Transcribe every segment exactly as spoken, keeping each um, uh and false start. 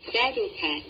صد و پنج.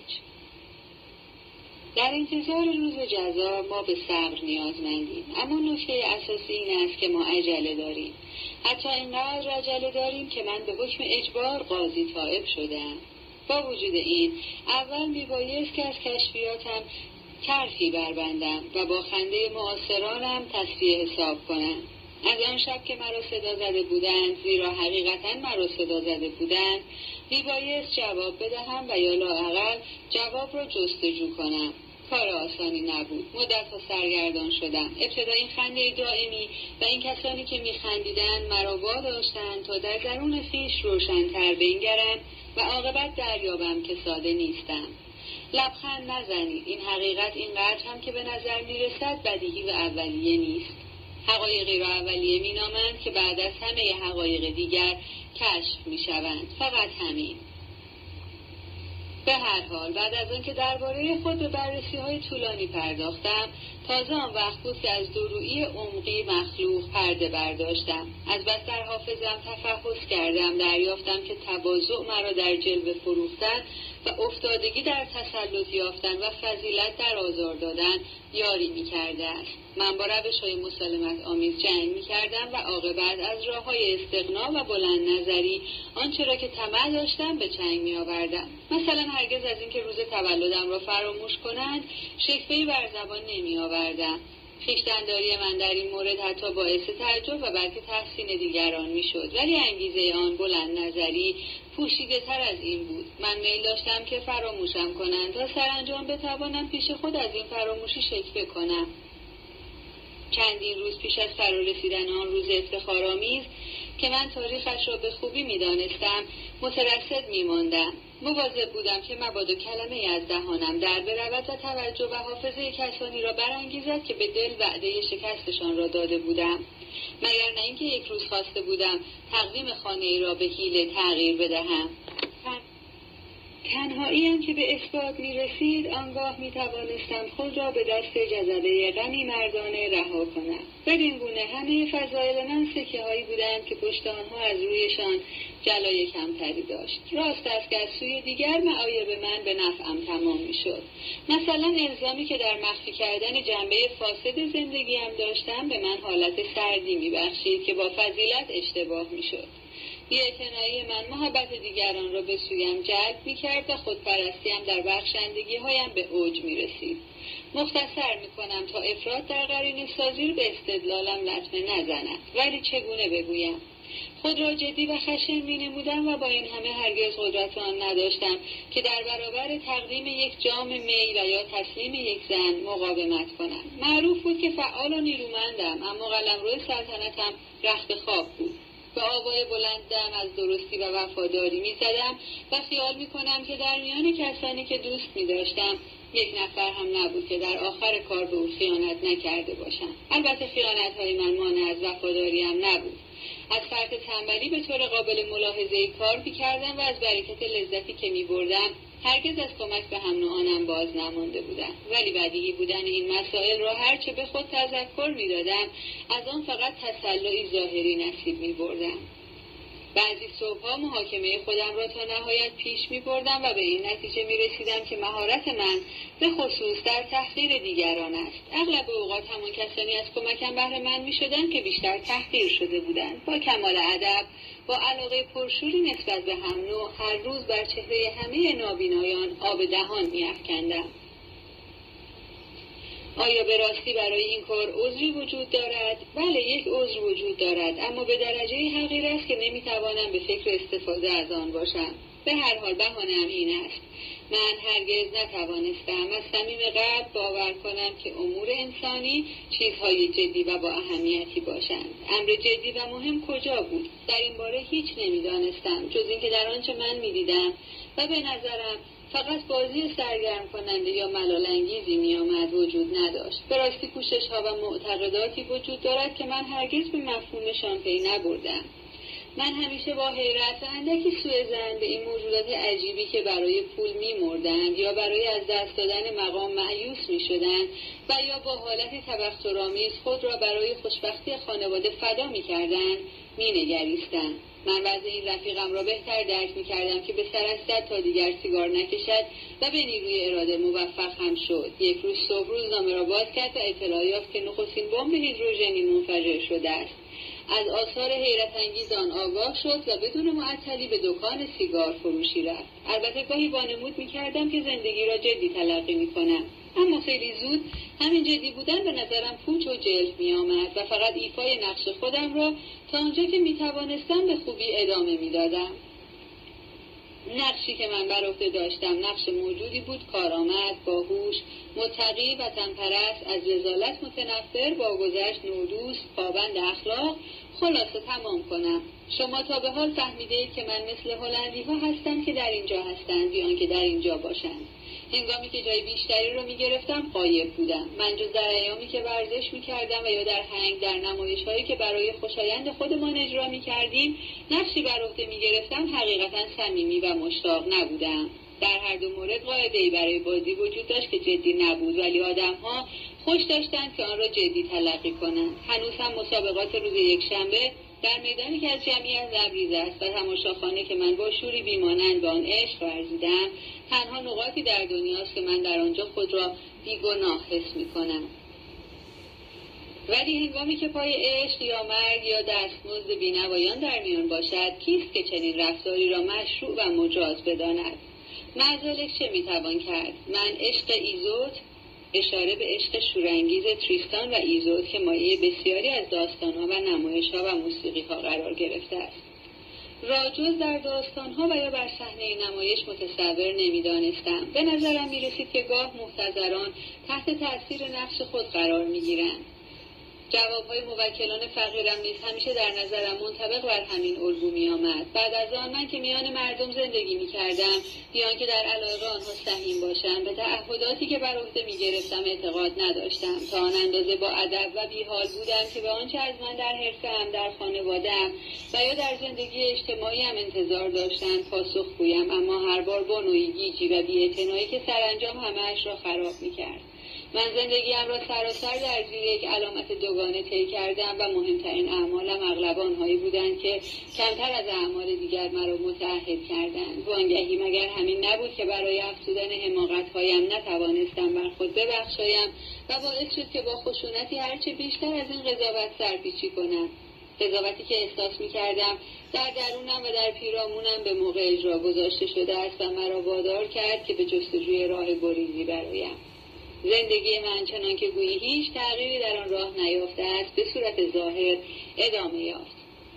در انتظار روز جزا ما به صبر نیازمندیم، اما نکته اساسی این است که ما عجله داریم. حتی اینقدر عجله داریم که من به حکم اجبار قاضی تائب شدم. با وجود این اول میبایست که از کشفیاتم طرحی بربندم و با خنده معاصرانم تصفیه حساب کنم. از آن شب که مرا صدا زده بودند، زیرا حقیقتا مرا صدا زده بودند، میبایست جواب بدهم و یا لااقل جواب را جستجو کنم. کار آسانی نبود. مدت‌ها سرگردان شدم. ابتدا این خنده دائمی و این کسانی که میخندیدند مرا واداشتند تا در درون خویش روشن‌تر بنگرم و عاقبت دریابم که ساده نیستم. لبخند نزنید. این حقیقت اینقدر هم که به نظر میرسد بدیهی و اولیه نیست. حقایقی را اولیه مینامند که بعد از همه حقایق دیگر کشف میشوند. فقط همین. به هر حال بعد از آن که درباره خود به بررسی‌های طولانی پرداختم، تازه آن وقت بود که از دورویی عمقی مخلوق پرده برداشتم. از بس در حافظم تفحص کردم، دریافتم که تواضع مرا در جلوه فروختن و افتادگی در تسلط یافتن و فضیلت در آزار دادن یاری می‌کرده است. من با روش‌های مسالمت آمیز جنگ می‌کردم و عاقبت از راه‌های استغنا و بلند نظری آنچه را که طمع داشتم به چنگ می‌آوردم. مثلا هرگز از اینکه روز تولدم را فراموش کنند شکوه‌ای بر زبان نمی‌آوردم. خویشتن‌داری من در این مورد حتی باعث تعجب و بلکه تحسین دیگران می‌شد، ولی انگیزه آن بلند نظری پوشیده تر از این بود. من میل داشتم که فراموشم کنند تا سرانجام بتوانم پیش خود از این فراموشی شکوه کنم. چندین روز پیش از فرارسیدن آن روز افتخارآمیز که من تاریخش را به خوبی می‌دانستم، مترصد می‌ماندم. مواظب بودم که مبادا کلمه‌ای از دهانم در برود و توجه و حافظه کسانی را برانگیزد که به دل وعده شکستشان را داده بودم. مگر نه اینکه یک روز خواسته بودم تقویم خانه‌ای را به حیله تغییر بدهم. تنهایی هم که به اثبات می رسید، آنگاه می توانستم خود را به دست جذبه غمی مردانه رها کنم. بدین گونه همه فضایل من سکه هایی بودند که پشت آنها از رویشان جلای کمتری داشت. راست است که از سوی دیگر معایب من به نفعم تمام می شد. مثلا الزامی که در مخفی کردن جنبه فاسد زندگیم داشتم به من حالت سردی می بخشید که با فضیلت اشتباه می شد. بی‌اعتنایی من محبت دیگران را به سویم جلب می‌کرد و خودپرستیم در بخشندگی هایم به اوج می‌رسید. مختصر می‌کنم تا افراط در قرینه سازی رو به استدلالم لطمه نزند، ولی چگونه بگویم؟ خود را جدی و خشن می‌نمودم و با این همه هرگز قدرت آن نداشتم که در برابر تقدیم یک جام می و یا تسلیم یک زن مقاومت کنم. معروف بود که فعال و نیرومندم، اما قلمرو سلطنتم رخت خواب بود. به آوای بلندم از درستی و وفاداری می زدم و خیال می کنم که در میان کسانی که دوست می داشتم یک نفر هم نبود که در آخر کار به او خیانت نکرده باشم. البته خیانت های من مانع از وفاداریم نبود. از فرط تنبلی به طور قابل ملاحظه‌ای کار می کردم و از برکت لذتی که می بردم هرگز از کمک به هم نوعانم باز نمانده بودم. ولی بدیهی بودن این مسائل را هرچه به خود تذکر می دادم از آن فقط تسلایی ظاهری نصیب می بردم. بعضی صبحها محاکمه خودم را تا نهایت پیش می بردم و به این نتیجه می رسیدم که مهارت من به خصوص در تحقیر دیگران است. اغلب اوقات همون کسانی از کمکم بهره مند می شدن که بیشتر تحقیر شده بودند. با کمال ادب، با علاقه پرشوری نسبت به هم نوع، هر روز بر چهره همه نابینایان آب دهان می افکندم. آیا به راستی برای این کار عذری وجود دارد؟ بله، یک عذر وجود دارد، اما به درجه حقیر است که نمیتوانم به فکر استفاده از آن باشم. به هر حال بهانه‌ام این است: من هرگز نتوانستم از صمیم قلب باور کنم که امور انسانی چیزهای جدی و با اهمیتی باشند. امر جدی و مهم کجا بود؟ در این باره هیچ نمیدانستم، جز اینکه در آنچه من میدیدم و به نظرم فقط بازی سرگرم کننده یا ملال‌انگیزی می آمد وجود نداشت. به راستی کوشش ها و معتقداتی وجود دارد که من هرگز به مفهومشان پی نبردم. من همیشه با حیرت و اندکی سوء ظن به این موجودات عجیبی که برای پول می مردند یا برای از دست دادن مقام مایوس می شدند و یا با حالتی تبخترآمیز خود را برای خوشبختی خانواده فدا می کردند مینگریستم. من وضع این رفیقم را بهتر درک میکردم که به سرش زد تا دیگر سیگار نکشد و به نیروی اراده موفق هم شد. یک روز صبح روزنامه را باز کرد و اطلاع یافت که نخستین بمب هیدروژنی منفجر شده است. از آثار حیرت انگیز آن آگاه شد و بدون معطلی به دکان سیگار فروشی رفت. البته گاهی وانمود میکردم که زندگی را جدی تلقی میکنم، اما خیلی زود همین جدی بودن به نظرم پوچ و جلف می آمد و فقط ایفای نقش خودم را تا آنجا که می توانستم به خوبی ادامه می دادم. نقشی که من بر عهده داشتم نقش موجودی بود کارآمد، باهوش، متقی، وطنپرست، از رذالت متنفر، با گذشت نودوست، پابند اخلاق، خلاصه تمام کنم. شما تا به حال فهمیده اید که من مثل هلندی ها هستم که در اینجا هستند بیان که در اینجا باشند. هنگامی که جای بیشتری رو می گرفتم غایب بودم. من جز در ایامی که ورزش می کردم و یا در هنگ در نمایش هایی که برای خوشایند خودمان اجرا می کردیم نقشی بر عهده می گرفتم، حقیقتا صمیمی و مشتاق نبودم. در هر دو مورد قاعده‌ای برای بازی وجود داشت که جدی نبود، ولی آدم‌ها خوش داشتند که آن را جدی تلقی کنند. هنوز هم مسابقات روز یکشنبه در میدانی که از جمعیت لبریز است و تماشاخانه که من با شوری بیمانند به آن عشق ورزیدم تنها نقاطی در دنیاست که من در آنجا خود را بیگناه حس می‌کنم. ولی هنگامی که پای عشق یا مرگ یا دستمزد بینوایان در میان باشد، کیست که چنین رفتاری را مشروع و مجاز بداند؟ معذالک چه میتوان کرد؟ من عشق ایزوت، اشاره به عشق شورانگیز تریستان و ایزوت که مایه بسیاری از داستان‌ها و نمایش‌ها و موسیقی‌ها قرار گرفته است، را جز در داستان‌ها و یا بر صحنه نمایش متصور نمی‌دانستم. به نظرم می‌رسید که گاه محتضران تحت تأثیر نقش خود قرار می‌گیرند. جوابهای موکلان فقیرم نیز همیشه در نظرم منطبق بر همین الگو می آمد. بعد از آن من که میان مردم زندگی می کردم بیان که در علاقه آنها سهیم باشم، به تعهداتی که بر عهده می گرفتم اعتقاد نداشتم. تا آن اندازه با ادب و بیحال بودم که به آنچه از من در حرفه‌ام، در خانواده‌ام و یا در زندگی اجتماعیم انتظار داشتم پاسخ گویم، اما هر بار با نوعی گیجی و بی‌اعتنایی که سرانجام همه‌اش را خراب می کرد. من زندگیم را سراسر در زیر یک علامت دوگانه طی کردم و مهمترین اعمالم اغلب آنهایی بودند که کمتر از اعمال دیگر مرا متعهد کردند. وانگهی مگر همین نبود که برای افزودن حماقت‌هایم نتوانستم بر خود ببخشایم و باعث شد که با خشونتی هرچه بیشتر از این قضاوت سرپیچی کنم. قضاوتی که احساس می‌کردم در درونم و در پیرامونم به موقع اجرا گذاشته شده است و مرا وادار کرد که به جستجوی راه گریزی برایم. زندگی من چنان که گویی هیچ تغییری در آن راه نیافته است به صورت ظاهر ادامه یافت.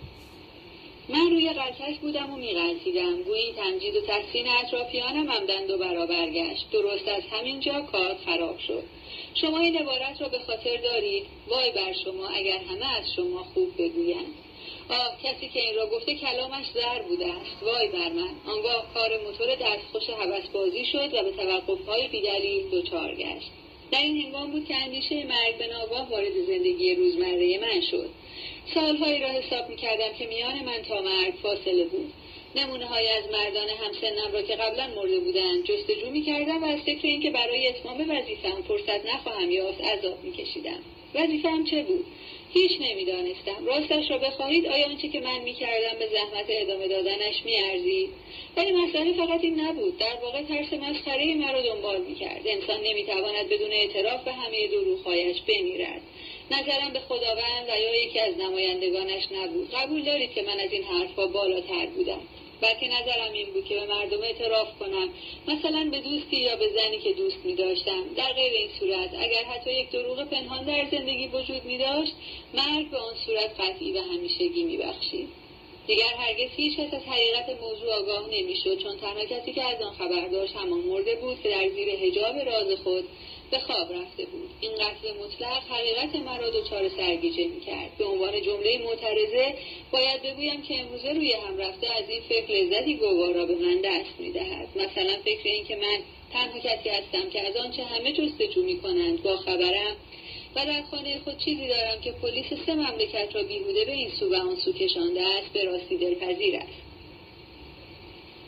من روی قلتک بودم و می‌غلطیدم. گویی تمجید و تحسین اطرافیانم عمدن دو برابر گشت. درست از همین جا کار خراب شد. شما این عبارت را به خاطر دارید؟ وای بر شما اگر همه از شما خوب بگویند. آه، کسی که این را گفته کلامش زر بوده است. وای بر من. آنگاه کار موتور دستخوش هوسبازی شد و به توقف‌های بی‌دلیل دچار گشت. در این هنگام بود که اندیشه مرگ به ناگاه وارد زندگی روزمره من شد. سالهایی را حساب می‌کردم که میان من تا مرگ فاصله بود. نمونه‌هایی از مردان همسنم را که قبلا مرده بودند جستجو می‌کردم و از فکر اینکه برای اتمام وظیفه‌ام فرصت نخواهم یافت عذاب می‌کشیدم. وظیفه‌ام چه بود؟ هیچ نمیدانستم. راستش را بخواهید آیا آنچه که من می‌کردم به زحمت ادامه دادنش می‌ارزید؟ ولی مسئله فقط این نبود. در واقع ترس مسخره‌ای مرا دنبال می‌کرد. انسان نمی‌تواند بدون اعتراف به همه دروغ‌هایش بمیرد. نظرم به خداوند و یا یکی از نمایندگانش نبود. قبول دارید که من از این حرف‌ها بالاتر بودم. بلکه نظرم این بود که به مردم اعتراف کنم، مثلا به دوستی یا به زنی که دوست می داشتم. در غیر این صورت اگر حتی یک دروغ پنهان در زندگی وجود می داشت، مرگ به آن صورت قطعی و همیشگی می بخشید. دیگر هرگز هیچ کس از حقیقت موضوع آگاه نمی شد، چون تنها کسی که از آن خبر داشت همان مرده بود که در زیر حجاب راز خود به خواب رفته بود. این قتل مطلق حقیقت مرا دچار سرگیجه می‌کرد. به عنوان جمله معترضه باید بگویم که امروزه روی هم رفته از این فکر لذتی گوارا به من دست می‌دهد. مثلا فکر این که من تنها کسی هستم که از آنچه همه جستجو می‌کنند با خبرم و در خانه خود چیزی دارم که پلیس سه مملکت را بیهوده به این سو و آن سو کشانده است، به راستی دلپذیر است.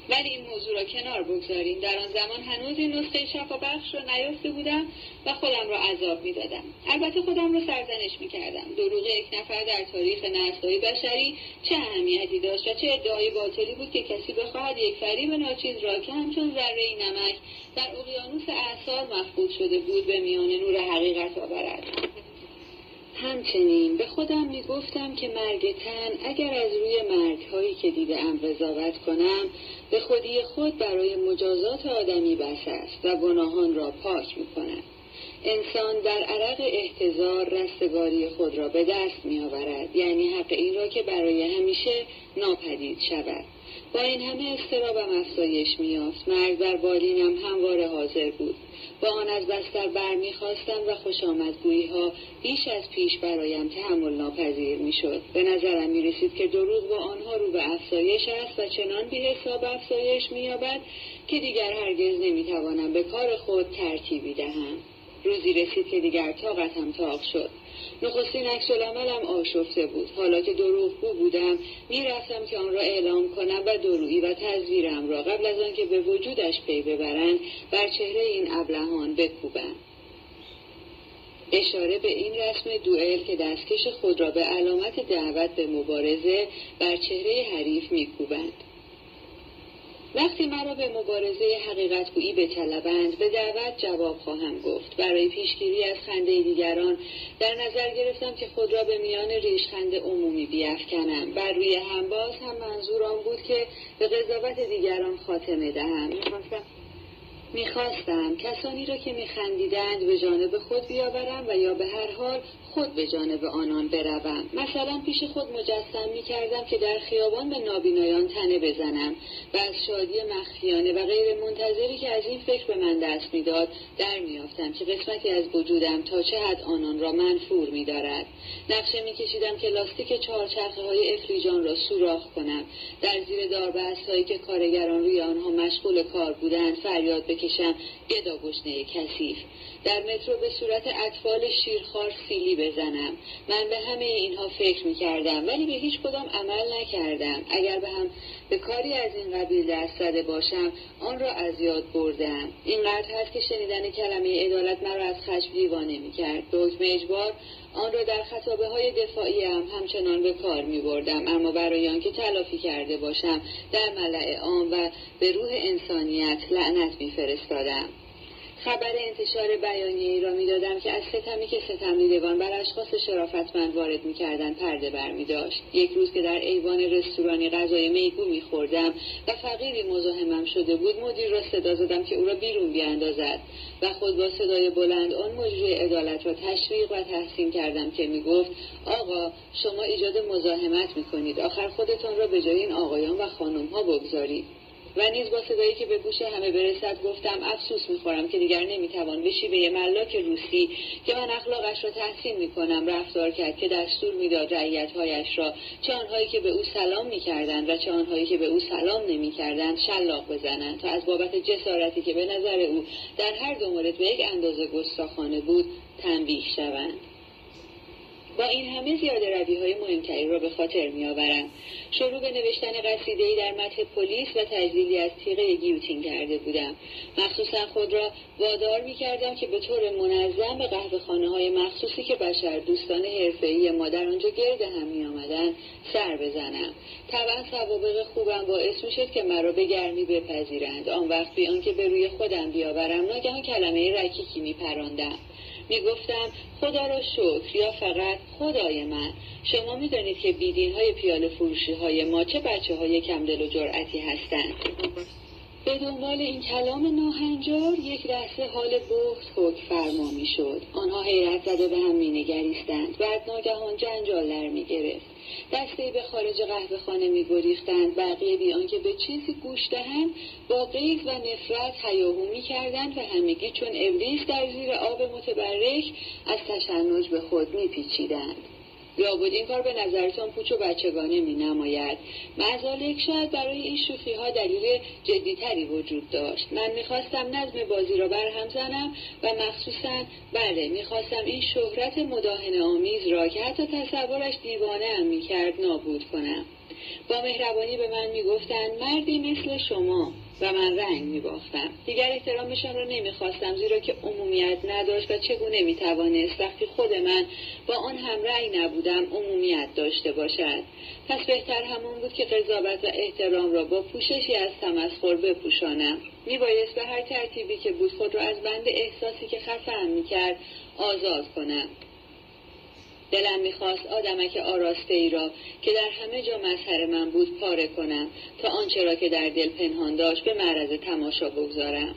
ولی این موضوع را کنار بگذاریم. در آن زمان هنوز این نسخه شفا بخش را نیافته بودم و خودم را عذاب می‌دادم. البته خودم را سرزنش می‌کردم. دروغ یک نفر در تاریخ نسل‌های بشری چه اهمیتی داشت و چه ادعای باطلی بود که کسی بخواهد یک فریب ناچیز را که همچون ذره‌ای نمک در اقیانوس اعصار مفقود شده بود به میان نور حقیقت آورد. همچنین به خودم می گفتم که مرگ تن اگر از روی مرگ‌هایی که دیده‌ام قضاوت کنم به خودی خود برای مجازات آدمی بس است و گناهان را پاک می کند. انسان در عرق احتضار رستگاری خود را به دست می آورد، یعنی حق این را که برای همیشه ناپدید شود. با این همه اضطرابم افزایش می‌یافت. مرگ بر بالینم همواره حاضر بود. با آن از بستر برمی‌خواستم و خوشامدگویی‌ها بیش از پیش برایم تحمل ناپذیر می‌شد. به نظرم می‌رسید که دروغ با آنها رو به افزایش است و چنان بی‌حساب افزایش می‌یابد که دیگر هرگز نمی‌توانم به کار خود ترتیبی دهم. روزی رسید که دیگر طاقتم تاق شد. نخستین عکس‌العملم آشفته بود. حالا که دروغگو بودم میرفتم که آن را اعلام کنم و درویی و تزویرم را قبل از آن که به وجودش پی ببرند بر چهره این ابلهان بکوبم. اشاره به این رسم دوئل که دستکش خود را به علامت دعوت به مبارزه بر چهره حریف میکوبند. وقتی مرا به مبارزه حقیقتگویی بطلبند به دعوت جواب خواهم گفت. برای پیشگیری از خنده دیگران در نظر گرفتم که خود را به میان ریشخند عمومی بیفکنم. بر روی همباز هم منظور آن بود که به قضاوت دیگران خاتمه دهم. میخواستم میخواستم کسانی را که میخندیدند به جانب خود بیاورم و یا به هر حال خود به جانب آنان بروم. مثلا پیش خود مجسم میکردم که در خیابان به نابینایان تنه بزنم و از شادی مخفیانه و غیر منتظری که از این فکر به من دست میداد در میافتم که قسمتی از وجودم تا چه حد آنان را منفور میدارد. نقشه میکشیدم که لاستیک چهارچرخه های افلیجان را سوراخ کنم، در زیر داربست هایی که کارگران روی آنها مشغول کار بودند فریاد بکشم گدا گشنه کثیف، در مترو به صورت اطفال شیرخوار سیلی بزنم. من به همه اینها فکر میکردم ولی به هیچ کدام عمل نکردم. اگر به هم به کاری از این قبیل دست زده باشم آن را از یاد بردم. اینقدر هست که شنیدن کلمه عدالت مرا از خشم دیوانه میکرد. به حکم اجبار آن را در خطابه های دفاعی هم همچنان به کار می بردم، اما برای آنکه تلافی کرده باشم در ملأ عام و به روح انسانیت لعنت می فرستادم. خبر انتشار بیانیه‌ای را می‌دادم که از ستمی که ستمدیدگان بر اشخاص شرافتمند وارد می‌کردند پرده برمی‌داشت. یک روز که در ایوان رستورانی غذای میگو می‌خوردم و فقیری مزاحمم شده بود، مدیر را صدا زدم که او را بیرون بیاندازد و خود با صدای بلند آن مجری عدالت را تشویق و تحسین کردم که می‌گفت آقا شما ایجاد مزاحمت می‌کنید، آخر خودتان را به جای این آقایان و خانم‌ها بگذارید. و نیز با صدایی که به گوش همه برسد گفتم افسوس میخورم که دیگر نمیتوان به شیوه ملاک روسی که من اخلاقش را تحسین میکنم رفتار کرد که دستور میداد رعیت‌هایش را چه آنهایی که به او سلام میکردند و چه آنهایی که به او سلام نمیکردند شلاق بزنند تا از بابت جسارتی که به نظر او در هر دو مورد به یک اندازه گستاخانه بود تنبیه شوند. با این همه زیاده روی‌های مهمتری را به خاطر می‌آورم. شروع به نوشتن قصیده‌ای در مدح پلیس و تجلیلی از تیغه گیوتین کرده بودم. مخصوصا خود را وادار می‌کردم که به طور منظم به قهوه‌خانه‌های مخصوصی که بشر دوستان حرفه‌ای ما در آنجا گرد هم می‌آمدند سر بزنم. طبعا سوابق خوبم باعث می‌شد که مرا به گرمی بپذیرند. آن وقت بی آنکه به روی خودم بیاورم ناگهان کلمه رکیکی می‌پراندم. می گفتم خدا را شکر یا فقط خدای من. شما می دانید که بیدین های پیاله فروشی های ما چه بچه های کم دل و جرأتی هستند. به دنبال این کلام ناهنجار یک لحظه حال بهت حکم فرما می شد. آنها حیرت زده به هم می نگریستند. بعد ناگهان جنجال در می گرفت. دسته‌ای به خارج قهوه خانه می گریختند. بقیه بی آنکه به چیزی گوش دهند با غیظ و نفرت هیاهو می کردند و همگی چون ابلیس در زیر آب متبرک از تشنج به خود می پیچیدند. لابد این کار به نظرتان پوچ و بچگانه می نماید. معذالک شاید برای این شوخی ها دلیل جدیتری وجود داشت. من می خواستم نظم بازی را برهم زنم و مخصوصا بله می خواستم این شهرت مداهنه آمیز را که حتی تصورش دیوانه هم می کرد نابود کنم. با مهربانی به من میگفتند مردی مثل شما و من رنگ میباختم. دیگر احترامشان را نمیخواستم، زیرا که عمومیت نداشت و چگونه میتوانست وقتی خود من با آن هم رأی نبودم عمومیت داشته باشد. پس بهتر همون بود که قضاوت و احترام را با پوششی از تمسخر بپوشانم. میبایست به هر ترتیبی که بود خود را از بند احساسی که خفه‌ام میکرد آزاد کنم. دلم میخواست آدمک آراسته ای را که در همه جا مظهر من بود پاره کنم تا آنچه را که در دل پنهان داشت به معرض تماشا بگذارم.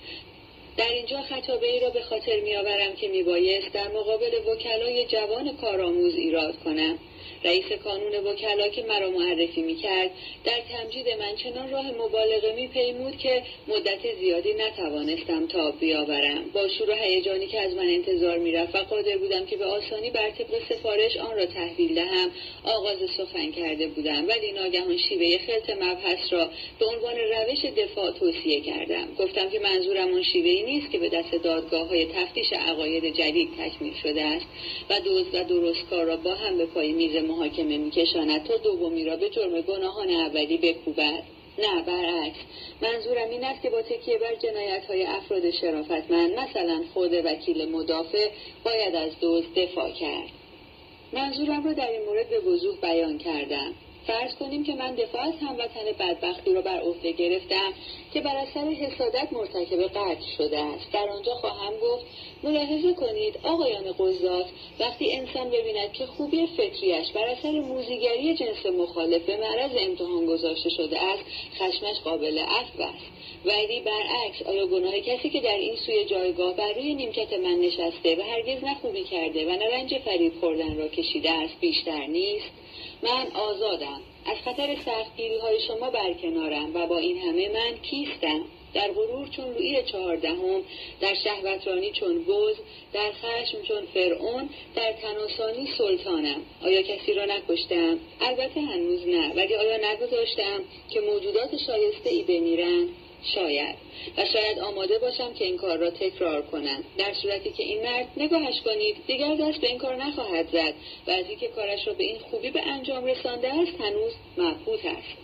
در اینجا خطابه ای را به خاطر میآورم که میبایست در مقابل وکلای جوان کارآموز ایراد کنم. رئیس کانون وکلا که مرا معرفی میکرد در تمجید من چنان راه مبالغه میپیمود که مدت زیادی نتوانستم تاب بیاورم. با شور و هیجانی که از من انتظار میرفت و قادر بودم که به آسانی بر طبق سفارش آن را تحویل دهم آغاز سخن کرده بودم، ولی ناگهان شیوه خلط مبحث را به عنوان روش دفاع توصیه کردم. گفتم که منظورم آن شیوهی نیست که به دست دادگاه های تفتیش عقاید جدید تکمیل شده است و دزد و درستکار را با هم به پای میز محاکمه میکشاند تا دومی را به جرم گناهان اولی بکوبد. نه، برعکس، منظورم این است که با تکیه بر جنایت‌های افراد شرافتمند، مثلا خود وکیل مدافع، باید از دزد دفاع کرد. منظورم را در این مورد به وضوح بیان کردم. فرض کنیم که من دفاع از هموطن بدبختی را بر عهده گرفتم که بر اثر حسادت مرتکب قتل شده است. در آنجا خواهم گفت ملاحظه کنید آقایان قضات، وقتی انسان ببیند که خوبی فطریش بر اثر موذیگری جنس مخالف به معرض امتحان گذاشته شده است، خشمش قابل عفو است. ولی برعکس، آیا گناه کسی که در این سوی جایگاه بر روی نیمکت من نشسته و هرگز نه خوبی کرده و نه رنج فریب خوردن را کشیده است بیشتر نیست؟ من آزادم، از خطر سختگیری های شما برکنارم و با این همه من کیستم؟ در غرور چون لویی چهاردهم، در شهوترانی چون بز، در خشم چون فرعون، در تناسانی سلطانم. آیا کسی را نکشتم؟ البته هنوز نه، ولی آیا نگذاشتم که موجودات شایسته ای بمیرند؟ شاید، و شاید آماده باشم که این کار را تکرار کنم، در صورتی که این مرد، نگاهش کنید، دیگر دست به این کار نخواهد زد و از اینکه کارش را به این خوبی به انجام رسانده است هنوز مبهوت است.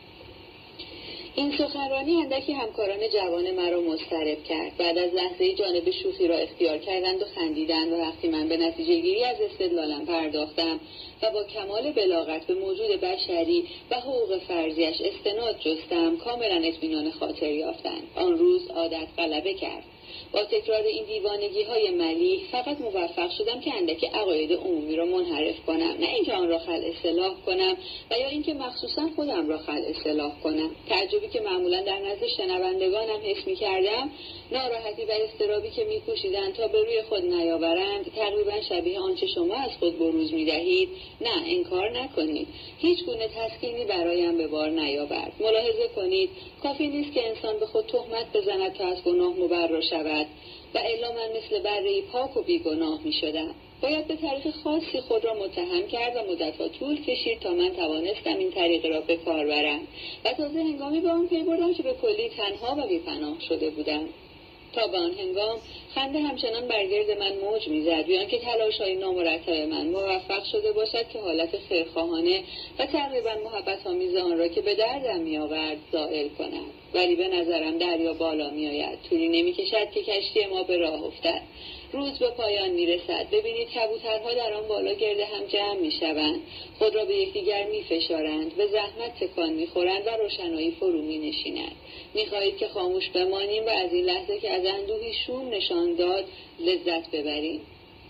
این سخنرانی اندکی همکاران جوان مرا مضطرب کرد. بعد از لحظه‌ای جانب شوخی را اختیار کردند و خندیدند و وقتی من به نتیجه گیری از استدلالم پرداختم و با کمال بلاغت به موجود بشری و حقوق فرضیش استناد جستم، کاملا اطمینان خاطر یافتند. آن روز عادت غلبه کرد. با تکرار این دیوانگی های ملیح فقط موفق شدم که اندکی عقاید عمومی را منحرف کنم، نه اینکه آن را خلع اصلاح کنم و یا اینکه مخصوصا خودم را خلع اصلاح کنم. تعجبی که معمولا در نزد شنوندگانم حس می‌کردم، ناراحتی و اضطرابی که می‌کوشیدند تا به روی خود نیاورند، تقریبا شبیه آنچه شما از خود بروز می‌دهید. نه، انکار نکنید، هیچ گونه تسکینی برایم به بار نیاورد. ملاحظه کنید، کافی نیست که انسان به خود تهمت بزند تا از گناه مبرا شود و الا من مثل بره‌ای پاک و بیگناه می شدم. باید به طریق خاصی خود را متهم کرد و مدت‌ها طول کشید تا من توانستم این طریق را به کار برم و تازه هنگامی به آن پی بردم که به کلی تنها و بی‌پناه شده بودم. تا به آن هنگام خنده همچنان بر گرد من موج می‌زد، بیان که تلاش‌های نامرتب من موفق شده باشد که حالت خیرخواهانه و تقریبا محبت‌آمیز آن را که به دردم می‌آورد زائل کنم. ولی به نظرم دریا بالا می‌آید، طولی نمی‌کشد که کشتی ما به راه افتد. روز به پایان میرسد. ببینید کبوترها در آن بالا گرد هم جمع میشوند، خود را به یکدیگر میفشارند، به زحمت تکان میخورند و روشنایی فرو مینشیند. میخواهید که خاموش بمانیم و از این لحظه که از اندوهی شوم نشان داد لذت ببریم؟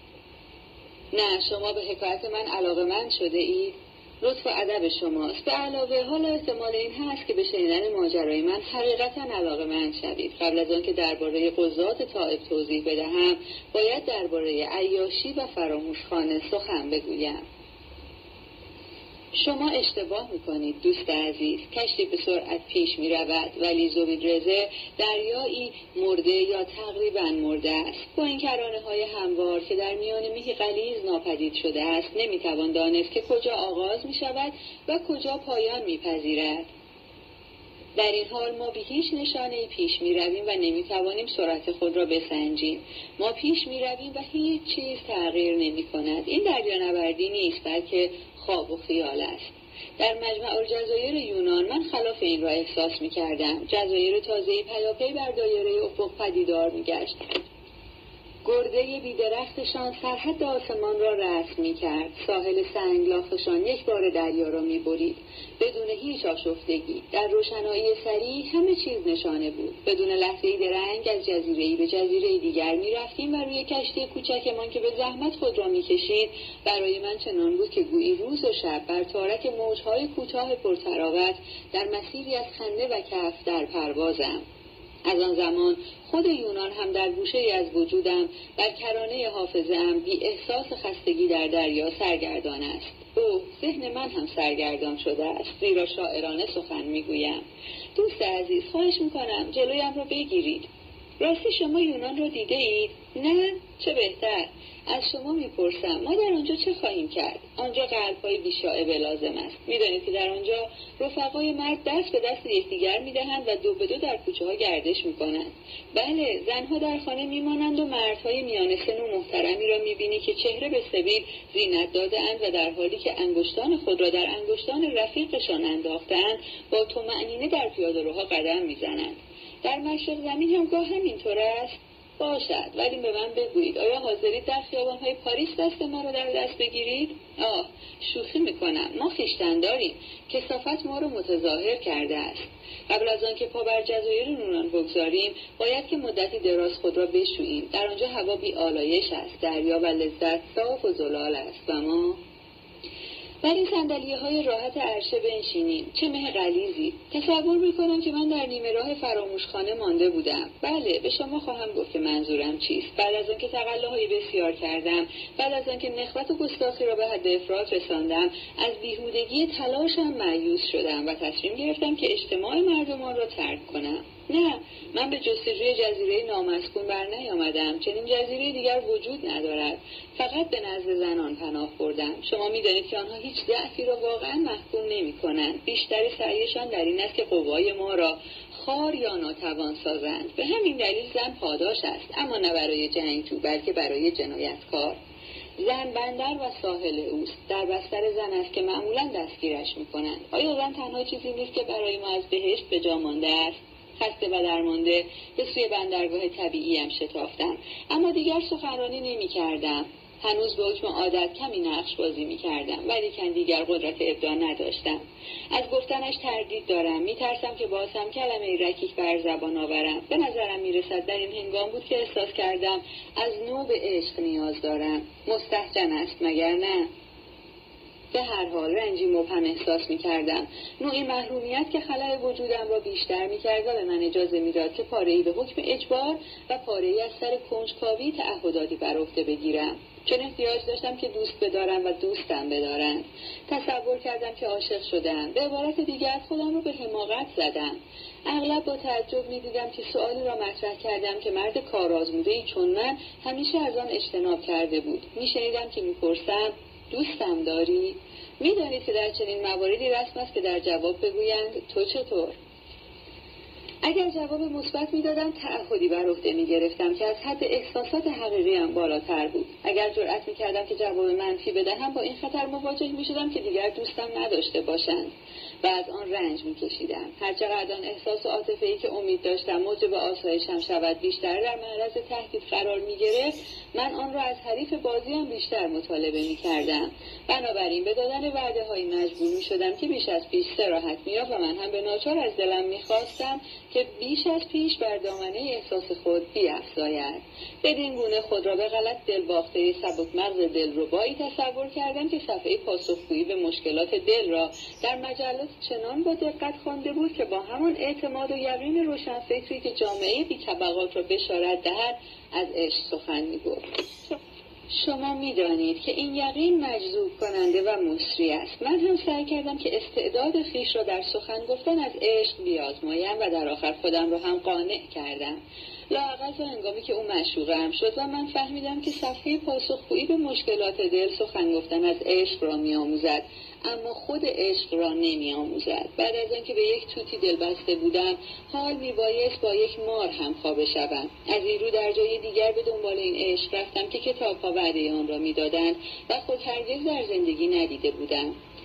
نه، شما به حکایت من علاقه‌مند شده اید؟ لطف و ادب شماست. به علاوه حالا احتمال این هست که به شنیدن ماجرای من حقیقتا علاقه‌مند شوید. قبل از آن که درباره قضات طائف توضیح بدهم، باید درباره عیاشی و فراموشخانه سخن بگویم. شما اشتباه میکنید دوست عزیز. کشتی به سرعت پیش میرود ولی زویدرزه دریایی مرده یا تقریبا مرده است. با این کرانه های هموار که در میان میهی غلیظ ناپدید شده است، نمیتوان دانست که کجا آغاز میشود و کجا پایان میپذیرد. در این حال ما به هیچ نشانه‌ای پیش می رویم و نمی توانیم سرعت خود را بسنجیم. ما پیش می رویم و هیچ چیز تغییر نمی کند. این دریانوردی نیست، بلکه خواب و خیال است. در مجمع الجزایر یونان من خلاف این را احساس می کردم. جزایر تازه‌ای پیاپی بر دایره افق پدیدار می گشت. گرده بیدرختشان سرحد آسمان را رسم می کرد. ساحل سنگلاخشان یک بار دریا را می برید. بدون هیچ آشفتگی در روشنایی سریع همه چیز نشانه بود. بدون لحظه‌ای درنگ از جزیره‌ای به جزیره دیگر می رفتیم و روی کشتی کوچکمان که به زحمت خود را می کشید برای من چنان بود که گویی روز و شب بر تارک موجهای کوتاه پرتراوت در مسیری از خنده و کف در پروازم. از آن زمان خود یونان هم در گوشه‌ای از وجودم بر کرانه حافظه‌ام بی احساس خستگی در دریا سرگردان است. اوه، ذهن من هم سرگردان شده است، زیرا شاعرانه سخن میگویم. دوست عزیز، خواهش میکنم جلویم را بگیرید. راستی شما یونان را دیده اید؟ نه؟ چه بهتر. از شما میپرسم ما در آنجا چه خواهیم کرد؟ آنجا قلب‌های بی‌شائبه لازم است. میدانید که در آنجا رفقای مرد دست به دست یکدیگر میدهند و دو به دو در کوچه ها گردش میکنند. بله، زنها در خانه میمانند و مردهای میان سن و محترمی را میبینی که چهره به سبیل زینت داده‌اند و در حالی که انگشتان خود را در انگشتان رفیقشان انداخته‌اند با طمأنینه در پیاده‌روها قدم میزنند. در مشرق زمین هم گاه همینطور است. باشد، ولی به من بگویید آیا حاضرید در خیابان‌های پاریس دست ما را در دست بگیرید؟ آه، شوخی میکنم. ما خویشتن داریم. کثافت ما را متظاهر کرده است. قبل از آن که پا بر جزایر یونان بگذاریم باید که مدتی دراز خود را بشوییم. در آنجا هوا بی آلایش است، دریا و لذت صاف و زلال است و ما بر این صندلی‌های راحت عرشه بنشینیم. چه مه غلیظی. تصور می‌کنم که من در نیمه راه فراموشخانه مانده بودم. بله، به شما خواهم گفت که منظورم چیست. بعد از آن که تقلاهای بسیار کردم، بعد از آن که نخوت و گستاخی را به حد افراط رساندم، از بیهودگی تلاشم مایوس شدم و تصمیم گرفتم که اجتماع مردمان را ترک کنم. نه، من به جستجوی جزیره نامسکون بر نیامدم. چنین جزیره دیگر وجود ندارد. فقط به نزد زنان پناه بردم. شما می‌دانید که آنها هیچ ضعفی را واقعا محکوم نمی‌کنند. بیشتر سعیشان در این است که قوای ما را خار یا ناتوان سازند. به همین دلیل زن پاداش است، اما نه برای جنگجو بلکه برای جنایتکار. زن بندر و ساحل اوست. در بستر زن است که معمولا دستگیرش می‌کنند. آیا زن تنها چیزی نیست که برای ما از بهشت به جا مانده است؟ خسته و درمانده به سوی بندرگاه طبیعیم شتافتم، اما دیگر سخنرانی نمی کردم. هنوز به حکم عادت کمی نقش بازی می کردم، ولی کن دیگر قدرت ابداع نداشتم. از گفتنش تردید دارم. می ترسم که باز هم کلمه رکیک بر زبان آورم. به نظرم می رسد در این هنگام بود که احساس کردم از نو به عشق نیاز دارم. مستهجن است مگر نه؟ به هر حال رنجی مبهم احساس می کردم. نوعی محرومیت که خلأ وجودم را بیشتر می کرد و به من اجازه می داد که پاره‌ای به حکم اجبار و پاره‌ای از سر کنجکاوی تعهداتی بر عهده بگیرم. چون احتیاج داشتم که دوست بدارم و دوستم بدارند. تصور کردم که عاشق شدم. به عبارت دیگر خودم رو به حماقت زدم. اغلب با تعجب می دیدم که سؤالی را مطرح کردم که مرد کارآزموده‌ای چون من همیشه از آن اجتناب کرده بود. می شنیدم که می پرسم دوستم داری؟ می دانید که در چنین مواردی رسم است که در جواب بگویند تو چطور؟ اگر جواب مثبت میدادم تعهدی بر عهده میگرفتم که از حد احساسات حقیقیم بالاتر بود. اگر جرأت میکردم که جواب منفی بدهم با این خطر مواجه میشدم که دیگر دوستم نداشته باشند و از آن رنج میکشیدم. هرچقدر آن احساس و عاطفه‌ای که امید داشتم موجب آسایشم شود بیشتر در معرض تهدید قرار میگرفت، من آن را از حریف بازیم بیشتر مطالبه میکردم. بنابراین به دادن وعده های مجبور میشدم که بیش از پیش صراحت می‌یافت و من هم به ناچار از دلم میخواستم که بیش از پیش بر دامنه احساس خود بیفزاید. بدین گونه خود را به غلط دلباخته سبک مغز دلربایی تصور کردم که صفحه پاسخگویی به مشکلات دل را در مجلات چنان با دقت خوانده بود که با همان اعتماد و یقین روشنفکری که جامعه بی‌طبقات را بشارت دهد از عشق سخن می‌گفت. شما می‌دانید که این یقین مجذوب کننده و مسری است. من هم سعی کردم که استعداد خویش را در سخن گفتن از عشق بیازمایم و در آخر خودم را هم قانع کردم. لااقل تا هنگامی که او معشوقه‌ام شد و من فهمیدم که صفحه پاسخگویی به مشکلات دل سخن گفتن از عشق را می‌آموزد، اما خود عشق را نمی‌آموزد. بعد از آنکه به یک توتی دل بسته بودم، حال میبایست با یک مار هم خوابه شوم. از این رو در جای دیگر به دنبال این عشق رفتم که کتاب‌ها وعده آن را می‌دادند و خود هرگز در زندگی ندیده بودم.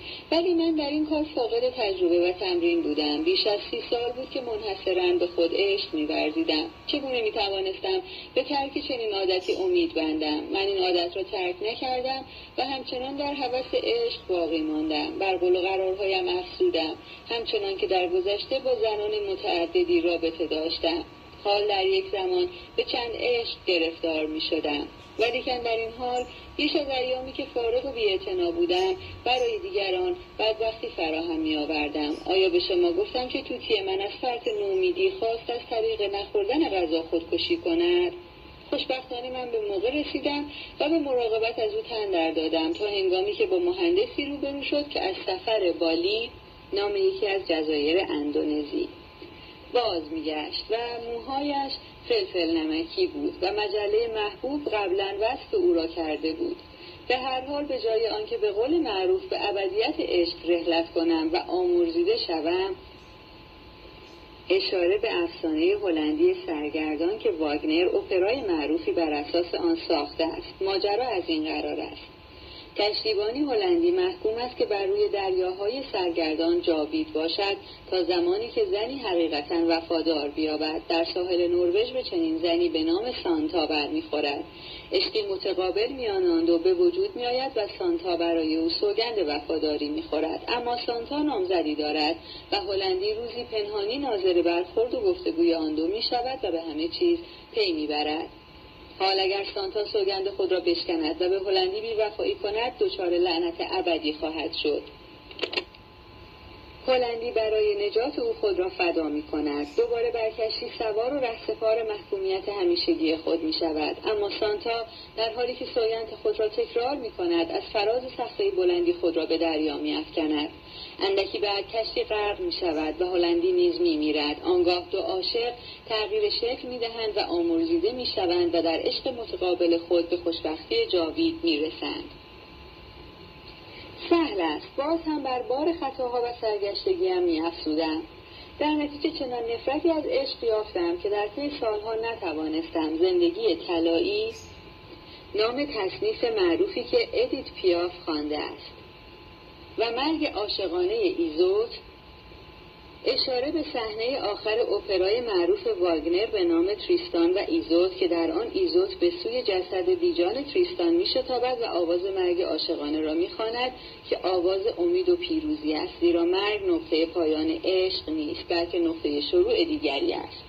ولی من در این کار فاقد تجربه و تمرین بودم. بیش از سی سال بود که منحصراً به خود عشق می‌ورزیدم. چگونه می‌توانستم به ترک چنین عادتی امید بندم؟ من این عادت را ترک نکردم و همچنان در هوس عشق باقی ماندم. بر قول و قرارهایم افزودم، همچنان که در گذشته با زنان متعددی رابطه داشتم. حال در یک زمان به چند عشق گرفتار می‌شدم. ولیکن در این حال بیش از ایامی که فارغ و بی‌اعتنا بودم برای دیگران بدبختی فراهم می‌آوردم. آیا به شما گفتم که توتی من از فرط نومیدی خواست از طریق نخوردن غذا خودکشی کند؟ خوشبختانه من به موقع رسیدم و به مراقبت از او تن در دادم تا هنگامی که با مهندسی روبرو شد که از سفر بالی، نام یکی از جزایر اندونزی، باز میگشت و موهایش فلفل نمکی بود و مجله محبوب قبلا وصف او را کرده بود. به هر حال به جای آنکه به قول معروف به ابدیت عشق رحلت کنم و آمرزیده شوم، اشاره به افسانه هلندی سرگردان که واگنر اپرای معروفی بر اساس آن ساخته است. ماجرا از این قرار است: کشتیبانی هلندی محکوم است که بر روی دریاهای سرگردان جاوید باشد تا زمانی که زنی حقیقتاً وفادار بیابد. در ساحل نروژ به چنین زنی به نام سانتا برمیخورد. عشقی متقابل میان آن دو به وجود میآید و سانتا برای او سوگند وفاداری میخورد. اما سانتا نامزدی دارد و هلندی روزی پنهانی ناظر برخورد و گفتگوی آن دو میشود و به همه چیز پی میبرد. حال اگر سانتا سوگند خود را بشکند و به هلندی بی‌وفایی کند، دچار لعنت ابدی خواهد شد. هلندی برای نجات او خود را فدا می کند. دوباره بر کشتی سوار و رهسپار محکومیت همیشگی خود می شود. اما سانتا در حالی که سوگند خود را تکرار می کند، از فراز صخره بلندی خود را به دریا می افکند. اندکی بعد کشتی غرق می شود و هلندی نیز می میرد. آنگاه دو عاشق تغییر شکل می دهند و آمرزیده می شوند و در عشق متقابل خود به خوشبختی جاوید می رسند. سهل است. باز هم بر بار خطاها و سرگشتگیم می افزودم. در نتیجه چنان نفرتی از عشق یافتم که در طی سالها نتوانستم زندگی طلایی، نام تصنیف معروفی که ادیت پیاف خوانده است، و مرگ عاشقانه ایزوت، اشاره به صحنه آخر اپرای معروف واگنر به نام تریستان و ایزوت که در آن ایزوت به سوی جسد بیجان تریستان می‌شتابد و آواز مرگ عاشقانه را می‌خواند که آواز امید و پیروزی است، زیرا مرگ نقطه پایان عشق نیست بلکه نقطه شروع دیگری است.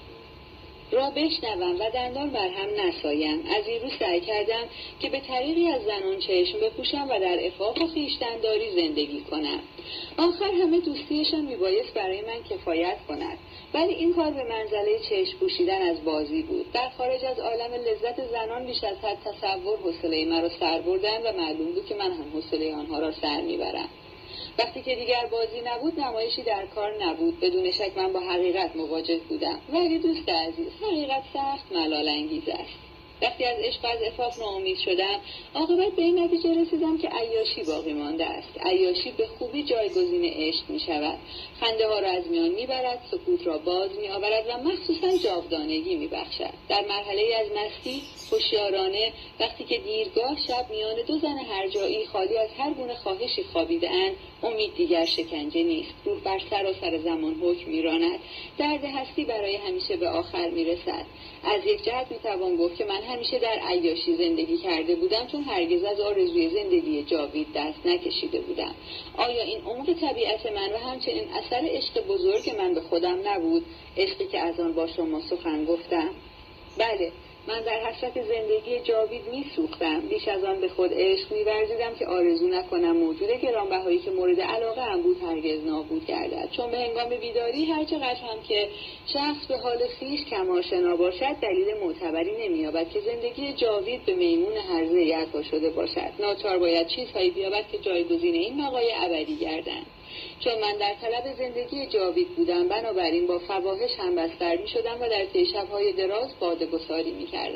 را بشنوم و دندان بر هم نسایم. از این رو سعی کردم که به طریقی از زنان چشم بپوشم و در عفاف و خویشتن‌داری زندگی کنم. آخر همه دوستیشان میبایست برای من کفایت کند، ولی این کار به منزله چشم پوشیدن از بازی بود. در خارج از عالم لذت زنان بیش از حد تصور حوصله مرا سر بردند و معلوم بود که من هم حوصله آنها را سر میبرم. وقتی که دیگر بازی نبود، نمایشی در کار نبود. بدون شک من با حقیقت مواجه بودم. ولی دوست عزیز، حقیقت سخت ملال انگیز است. وقتی از عشق و از عفاف ناامید شدم، عاقبت به این نتیجه رسیدم که عیاشی باقی مانده است. عیاشی به خوبی جایگزین عشق می شود. خنده ها را از میان می برد، سکوت را باز می آورد و مخصوصا جاودانگی می بخشد. در مرحله از مستی، هوشیارانه، وقتی که دیرگاه شب میان دو زن هرجایی خالی از هر گونه خواهشی خوابیده‌اند، امید دیگر شکنجه نیست. روح بر سراسر زمان حکم می‌راند. درد هستی برای همیشه به آخر می‌رسد. از یک جهت می‌توان گفت که من همیشه در عیاشی زندگی کرده بودم، چون هرگز از آرزوی زندگی جاوید دست نکشیده بودم. آیا این عمق طبیعت من و همچنین اثر عشق بزرگ من به خودم نبود؟ عشقی که از آن با شما سخن گفتم؟ بله، من در حسرت زندگی جاوید می سوختم. بیش از آن به خود عشق می ورزیدم که آرزو نکنم موجود گرانبهایی که مورد علاقه هم بود هرگز نابود گردد. چون به هنگام بیداری هرچقدر هم که شخص به حال خویش کم آشنا باشد، دلیل معتبری نمی‌یابد که زندگی جاوید به میمون هرزه عطا شده باشد. ناچار باید چیزهایی بیابد که جایگزین این بقای ابدی گردند. چون من در طلب زندگی جاوید بودم، بنابراین با فواحش هم بستر می شدم و در طی شب‌های دراز باده‌گساری می کردم.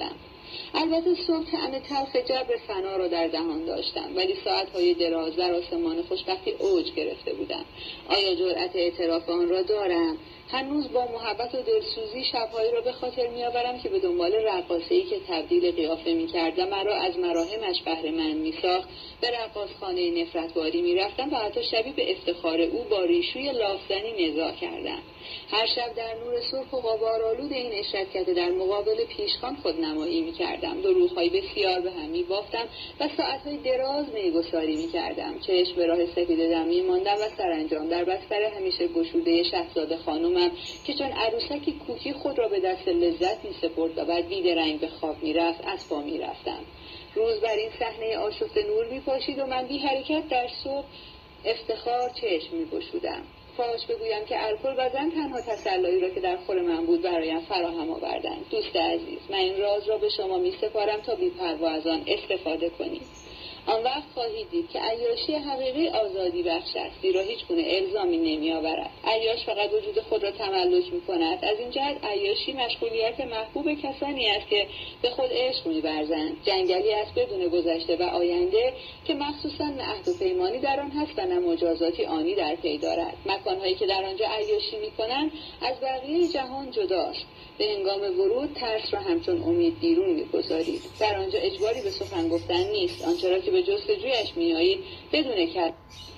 البته صبح طعم تلخ جبر فنا را در دهان داشتم، ولی ساعتهای دراز در آسمان خوشبختی اوج گرفته بودم. آیا جرأت اعتراف آن را دارم؟ هنوز با محبت و دلسوزی شبهایی را به خاطر میآورم که به دنبال رقاصه‌ای که تبدیل قیافه می‌کرد و مرا از مراهمش بهره‌مند می‌ساخت به رقاصخانه نفرتباری می‌رفتم و حتی شبی به افتخار او با ریشوی لافزنی نزاع کردم. هر شب در نور سرخ و غبارآلود این اشرتکده در مقابل پیشخوان خودنمایی می‌کردم. دروغ‌های بسیار به هم می‌بافتم و ساعت‌های دراز میگساری می‌کردم. چشم به راه سفید دم می‌ماندم و سرانجام در بستر همیشه گشوده شاهزاده خانمم که چون عروسکی کوکی خود را به دست لذت می‌سپرد و بعد بیدرنگ به خواب می‌رفت از پا می‌رفتم. روز بر این صحنه آشفته نور می‌پاشید و من بی حرکت در صبح افتخار چشم می‌گشودم. فاش بگویم که الکل و زن تنها تسلایی را که در خور من بود برایم فراهم آوردند. دوست عزیز، من این راز را به شما می‌سپارم تا بی‌پروا از آن استفاده کنید. آن وقت خواهید دید که عیاشی حقیقی آزادی بخش است، زیرا هیچ گونه الزامی نمی آورد. عیاش فقط وجود خود را تملک می کند. از این جهت عیاشی مشغولیت محبوب کسانی است که به خود عشق می ورزند. جنگلی است بدون گذشته و آینده که مخصوصا نه عهد و پیمانی در آن هست و نه مجازاتی آنی در پی دارد. مکانهایی که در آنجا عیاشی می کنند از بقیه جهان جداست. به هنگام ورود ترس را همچون امید بیرون می‌گذارید. در آنجا اجباری به سخن گفتن نیست. آنچه را که به جستجویش می‌آیید بدون کلمه